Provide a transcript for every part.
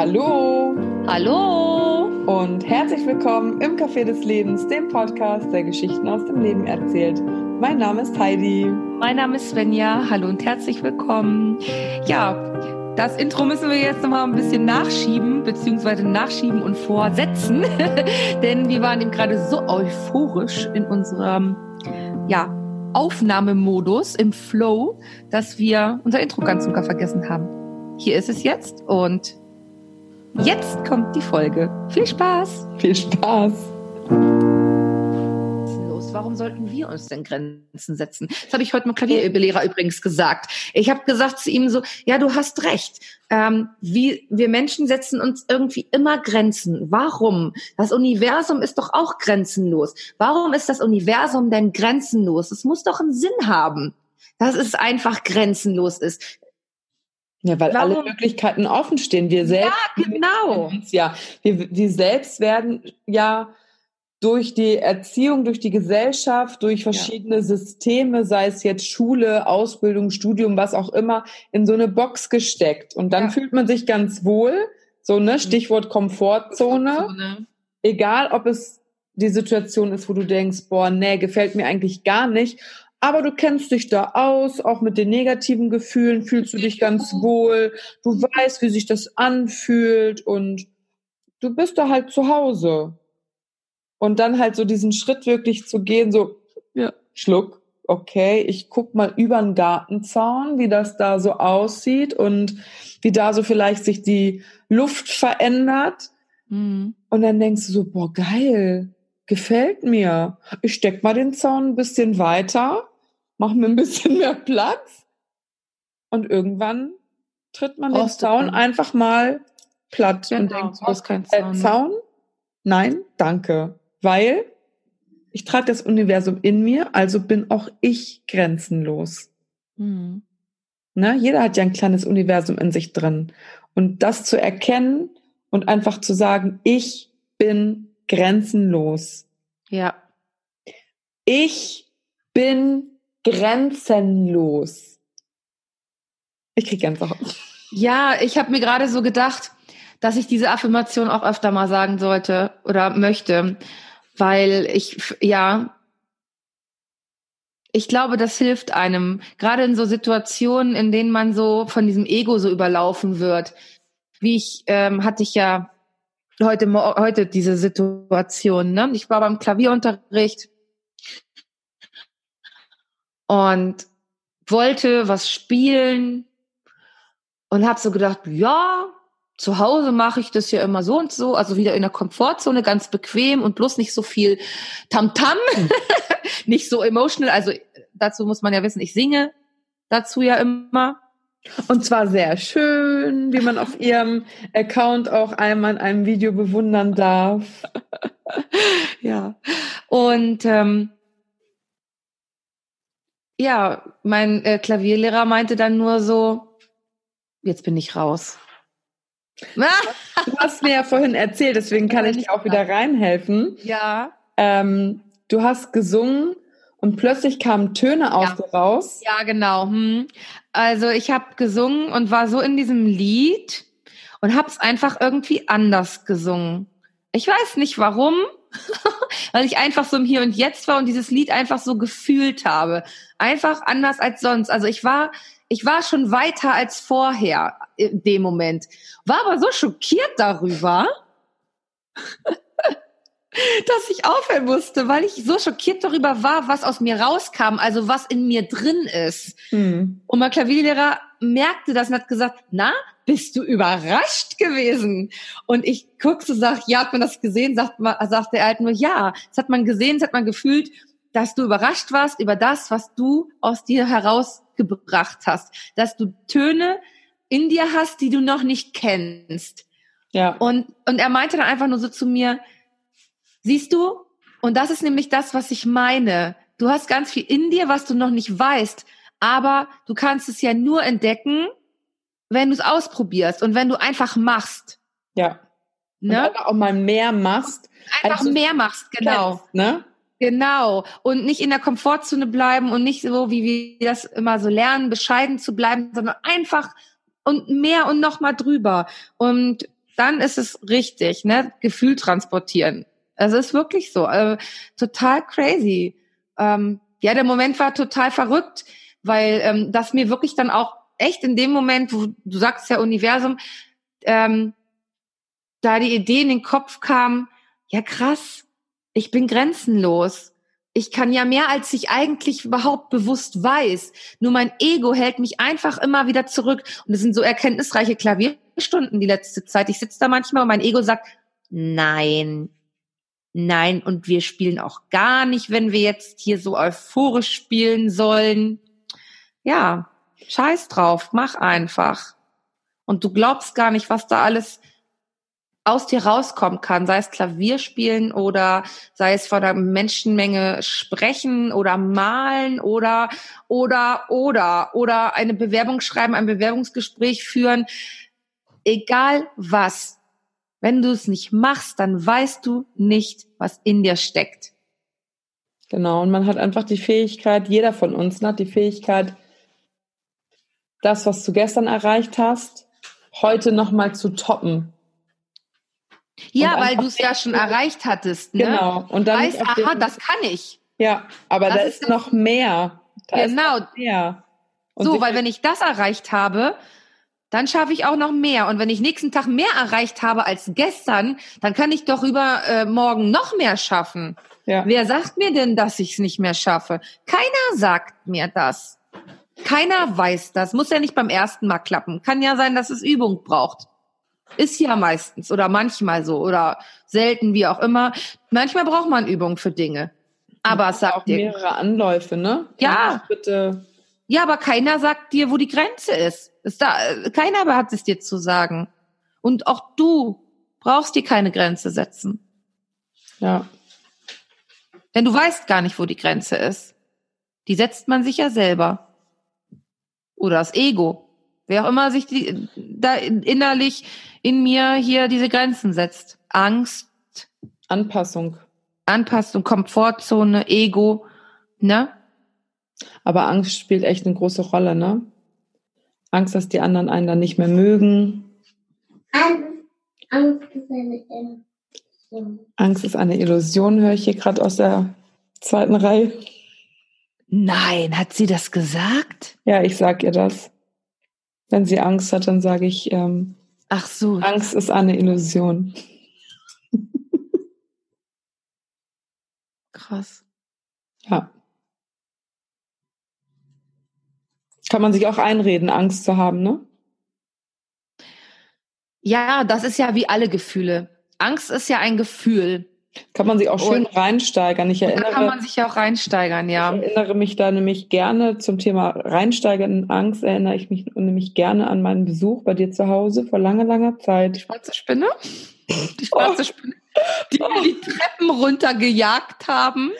Hallo Hallo und herzlich willkommen im Café des Lebens, dem Podcast, der Geschichten aus dem Leben erzählt. Mein Name ist Heidi. Mein Name ist Svenja. Hallo und herzlich willkommen. Ja, das Intro müssen wir jetzt nochmal ein bisschen nachschieben, beziehungsweise nachschieben und vorsetzen, denn wir waren eben gerade so euphorisch in unserem, Aufnahmemodus, im Flow, dass wir unser Intro ganz sogar vergessen haben. Hier ist es jetzt und jetzt kommt die Folge. Viel Spaß! Viel Spaß! Warum sollten wir uns denn Grenzen setzen? Das habe ich heute mit Klavierlehrer übrigens gesagt. Ich habe gesagt zu ihm so, ja, du hast recht. Wir Menschen setzen uns irgendwie immer Grenzen. Warum? Das Universum ist doch auch grenzenlos. Warum ist das Universum denn grenzenlos? Es muss doch einen Sinn haben, dass es einfach grenzenlos ist. Ja, weil alle Möglichkeiten offen stehen. Wir selbst, ja, genau. Wir selbst werden ja durch die Erziehung, durch die Gesellschaft, durch verschiedene Systeme, sei es jetzt Schule, Ausbildung, Studium, was auch immer, in so eine Box gesteckt. Und dann fühlt man sich ganz wohl, so, ne, Stichwort Komfortzone. Egal, ob es die Situation ist, wo du denkst, boah, nee, gefällt mir eigentlich gar nicht. Aber du kennst dich da aus, auch mit den negativen Gefühlen fühlst du dich ganz wohl. Du weißt, wie sich das anfühlt und du bist da halt zu Hause. Und dann halt so diesen Schritt wirklich zu gehen, so, Schluck, okay, ich guck mal über den Gartenzaun, wie das da so aussieht und wie da so vielleicht sich die Luft verändert. Mhm. Und dann denkst du so, boah, geil, gefällt mir. Ich steck mal den Zaun ein bisschen weiter, mach mir ein bisschen mehr Platz und irgendwann tritt man den Zaun einfach mal platt und denkt, du hast keinen Zaun. Zaun? Nein, danke. Weil ich trage das Universum in mir, also bin auch ich grenzenlos. Mhm. Ne? Jeder hat ja ein kleines Universum in sich drin. Und das zu erkennen und einfach zu sagen, ich bin grenzenlos. Ja. Ich bin grenzenlos. Ich krieg Gänsehaut. Ja, ich habe mir gerade so gedacht, dass ich diese Affirmation auch öfter mal sagen sollte oder möchte. Weil ich glaube, das hilft einem, gerade in so Situationen, in denen man so von diesem Ego so überlaufen wird. Wie hatte ich ja heute diese Situation, ne? Ich war beim Klavierunterricht und wollte was spielen und habe so gedacht, ja, zu Hause mache ich das ja immer so und so, also wieder in der Komfortzone, ganz bequem und bloß nicht so viel Tamtam, nicht so emotional. Also dazu muss man ja wissen, ich singe dazu ja immer. Und zwar sehr schön, wie man auf ihrem Account auch einmal in einem Video bewundern darf. Ja, und mein Klavierlehrer meinte dann nur so, jetzt bin ich raus. Du hast mir ja vorhin erzählt, deswegen kann ich dir auch wieder reinhelfen. Ja. Du hast gesungen und plötzlich kamen Töne aus dir raus. Ja, genau. Also ich habe gesungen und war so in diesem Lied und habe es einfach irgendwie anders gesungen. Ich weiß nicht warum, weil ich einfach so im Hier und Jetzt war und dieses Lied einfach so gefühlt habe. Einfach anders als sonst. Also ich war schon weiter als vorher in dem Moment. War aber so schockiert darüber, dass ich aufhören musste, weil ich so schockiert darüber war, was aus mir rauskam, also was in mir drin ist. Und mein Klavierlehrer merkte das und hat gesagt, na, bist du überrascht gewesen? Und ich guck so, sag, ja, hat man das gesehen? Sagt er halt nur, ja. Das hat man gesehen, das hat man gefühlt, dass du überrascht warst über das, was du aus dir herausgebracht hast. Dass du Töne in dir hast, die du noch nicht kennst. Ja. Und er meinte dann einfach nur so zu mir, siehst du? Und das ist nämlich das, was ich meine. Du hast ganz viel in dir, was du noch nicht weißt. Aber du kannst es ja nur entdecken, wenn du es ausprobierst und wenn du einfach machst. Ja. Ne? Und einfach auch mal mehr machst. Einfach mehr machst, genau. Kennst, ne? Genau. Und nicht in der Komfortzone bleiben und nicht so, wie wir das immer so lernen, bescheiden zu bleiben, sondern einfach und mehr und noch mal drüber. Und dann ist es richtig, ne? Gefühl transportieren. Es ist wirklich so, total crazy. Der Moment war total verrückt, weil das mir wirklich dann auch echt in dem Moment, wo du sagst ja Universum, da die Idee in den Kopf kam, ja krass, ich bin grenzenlos. Ich kann ja mehr, als ich eigentlich überhaupt bewusst weiß. Nur mein Ego hält mich einfach immer wieder zurück. Und es sind so erkenntnisreiche Klavierstunden die letzte Zeit. Ich sitze da manchmal und mein Ego sagt, nein, und wir spielen auch gar nicht, wenn wir jetzt hier so euphorisch spielen sollen. Ja, scheiß drauf, mach einfach. Und du glaubst gar nicht, was da alles aus dir rauskommen kann, sei es Klavierspielen oder sei es vor der Menschenmenge sprechen oder malen oder eine Bewerbung schreiben, ein Bewerbungsgespräch führen. Egal was. Wenn du es nicht machst, dann weißt du nicht, was in dir steckt. Genau, und man hat einfach die Fähigkeit, jeder von uns hat die Fähigkeit, das, was du gestern erreicht hast, heute nochmal zu toppen. Ja, weil du es ja schon erreicht hattest. Ne? Genau. Und dann weißt, das kann ich. Ja, aber da ist noch mehr. Genau. Und so, weil wenn ich das erreicht habe, dann schaffe ich auch noch mehr. Und wenn ich nächsten Tag mehr erreicht habe als gestern, dann kann ich doch morgen noch mehr schaffen. Ja. Wer sagt mir denn, dass ich es nicht mehr schaffe? Keiner sagt mir das. Keiner weiß das. Muss ja nicht beim ersten Mal klappen. Kann ja sein, dass es Übung braucht. Ist ja meistens oder manchmal so oder selten, wie auch immer. Manchmal braucht man Übung für Dinge. Aber es sagt auch dir mehrere Anläufe, ne? Ja. Bitte. Ja, aber keiner sagt dir, wo die Grenze ist. Keiner hat es dir zu sagen. Und auch du brauchst dir keine Grenze setzen. Ja. Denn du weißt gar nicht, wo die Grenze ist. Die setzt man sich ja selber. Oder das Ego. Wer auch immer sich da innerlich in mir hier diese Grenzen setzt. Angst. Anpassung, Komfortzone, Ego, ne? Aber Angst spielt echt eine große Rolle, ne? Angst, dass die anderen einen dann nicht mehr mögen. Angst ist eine Illusion. Angst ist eine Illusion, höre ich hier gerade aus der zweiten Reihe. Nein, hat sie das gesagt? Ja, ich sag ihr das. Wenn sie Angst hat, dann sage ich, ach so. Angst ist eine Illusion. Krass. Ja. Kann man sich auch einreden, Angst zu haben, ne? Ja, das ist ja wie alle Gefühle. Angst ist ja ein Gefühl. Kann man sich auch schön reinsteigern. Da kann man sich ja auch reinsteigern, ja. Ich erinnere mich da nämlich gerne zum Thema Reinsteigern in Angst, erinnere ich mich nämlich gerne an meinen Besuch bei dir zu Hause vor langer, langer Zeit. Die schwarze Spinne? Die schwarze Spinne, die wir die Treppen runtergejagt haben.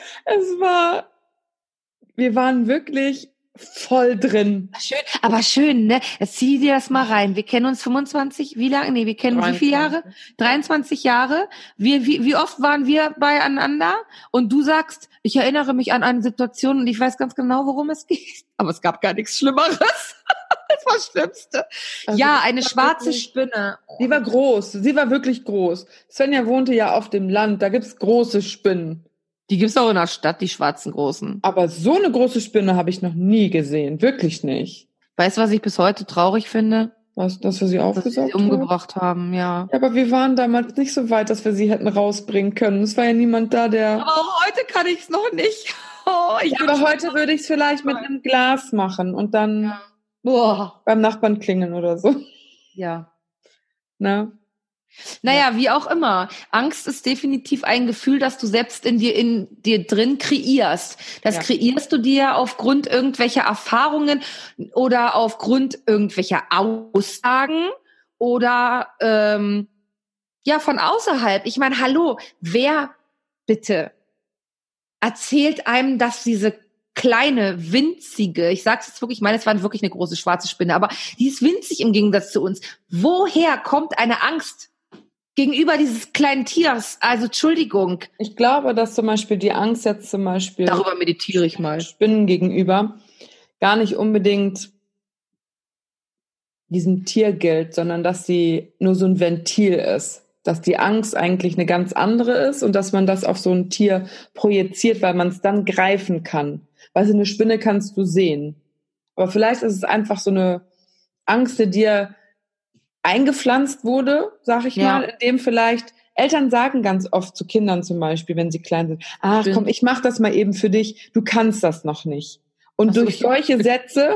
Wir waren wirklich voll drin. Schön, aber schön, ne? Jetzt zieh dir das mal rein. Wir kennen uns 25, wie lange? Nee, wir kennen 23. Wie viele Jahre? 23 Jahre. Wie oft waren wir beieinander? Und du sagst, ich erinnere mich an eine Situation und ich weiß ganz genau, worum es geht. Aber es gab gar nichts Schlimmeres. Das war das Schlimmste. Also ja, eine schwarze Spinne. Sie war groß. Sie war wirklich groß. Svenja wohnte ja auf dem Land. Da gibt's große Spinnen. Die gibt's auch in der Stadt, die schwarzen großen. Aber so eine große Spinne habe ich noch nie gesehen. Wirklich nicht. Weißt du, was ich bis heute traurig finde? Was, dass wir sie aufgesaugt haben? Umgebracht haben, ja. Ja, aber wir waren damals nicht so weit, dass wir sie hätten rausbringen können. Es war ja niemand da, der... Aber auch heute kann ich es noch nicht. Aber heute würde ich es vielleicht mit einem Glas machen und dann beim Nachbarn klingeln oder so. Ja. Na? Naja, wie auch immer. Angst ist definitiv ein Gefühl, das du selbst in dir drin kreierst. Das kreierst du dir aufgrund irgendwelcher Erfahrungen oder aufgrund irgendwelcher Aussagen oder von außerhalb. Ich meine, hallo, wer bitte erzählt einem, dass diese kleine, winzige, ich sag's jetzt wirklich, ich meine, es war wirklich eine große schwarze Spinne, aber die ist winzig im Gegensatz zu uns. Woher kommt eine Angst gegenüber dieses kleinen Tiers? Also, Entschuldigung. Ich glaube, dass zum Beispiel die Angst jetzt zum Beispiel... Darüber meditiere ich mal. Spinnen gegenüber gar nicht unbedingt diesem Tier gilt, sondern dass sie nur so ein Ventil ist. Dass die Angst eigentlich eine ganz andere ist und dass man das auf so ein Tier projiziert, weil man es dann greifen kann. Weil so eine Spinne kannst du sehen. Aber vielleicht ist es einfach so eine Angst, die dir eingepflanzt wurde, sag ich mal, indem vielleicht Eltern sagen ganz oft zu Kindern zum Beispiel, wenn sie klein sind, ach komm, ich mach das mal eben für dich, du kannst das noch nicht. Und durch solche Sätze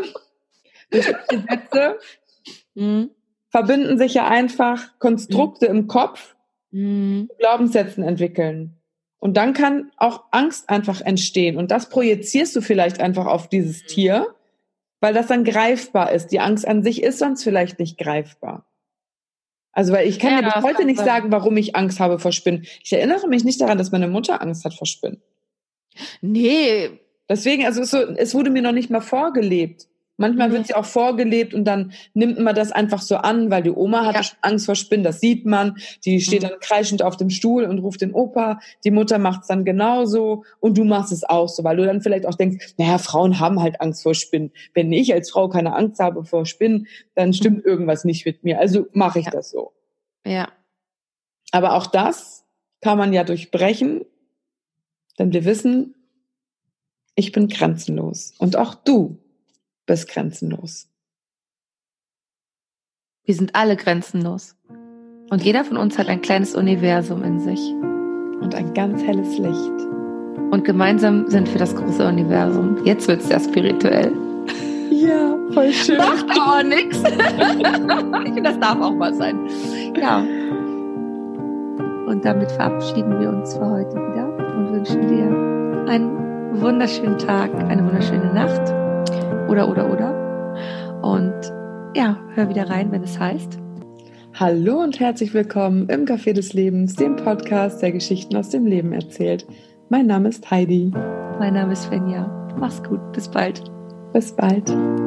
verbinden sich ja einfach Konstrukte im Kopf, die Glaubenssätzen entwickeln. Und dann kann auch Angst einfach entstehen. Und das projizierst du vielleicht einfach auf dieses Tier, weil das dann greifbar ist. Die Angst an sich ist sonst vielleicht nicht greifbar. Also, weil ich kann dir bis heute nicht sagen, warum ich Angst habe vor Spinnen. Ich erinnere mich nicht daran, dass meine Mutter Angst hat vor Spinnen. Nee. Deswegen, also es wurde mir noch nicht mal vorgelebt. Manchmal wird sie auch vorgelebt und dann nimmt man das einfach so an, weil die Oma hatte schon Angst vor Spinnen, das sieht man. Die steht dann kreischend auf dem Stuhl und ruft den Opa. Die Mutter macht es dann genauso und du machst es auch so, weil du dann vielleicht auch denkst, naja, Frauen haben halt Angst vor Spinnen. Wenn ich als Frau keine Angst habe vor Spinnen, dann stimmt irgendwas nicht mit mir. Also mache ich das so. Ja. Aber auch das kann man ja durchbrechen, denn wir wissen, ich bin grenzenlos und auch du bist grenzenlos. Wir sind alle grenzenlos. Und jeder von uns hat ein kleines Universum in sich. Und ein ganz helles Licht. Und gemeinsam sind wir das große Universum. Jetzt wird's sehr spirituell. Ja, voll schön. Macht aber nichts. Ich finde, das darf auch mal sein. Ja. Und damit verabschieden wir uns für heute wieder und wünschen dir einen wunderschönen Tag, eine wunderschöne Nacht. Oder. Und ja, hör wieder rein, wenn es heißt. Hallo und herzlich willkommen im Café des Lebens, dem Podcast, der Geschichten aus dem Leben erzählt. Mein Name ist Heidi. Mein Name ist Svenja. Mach's gut. Bis bald. Bis bald.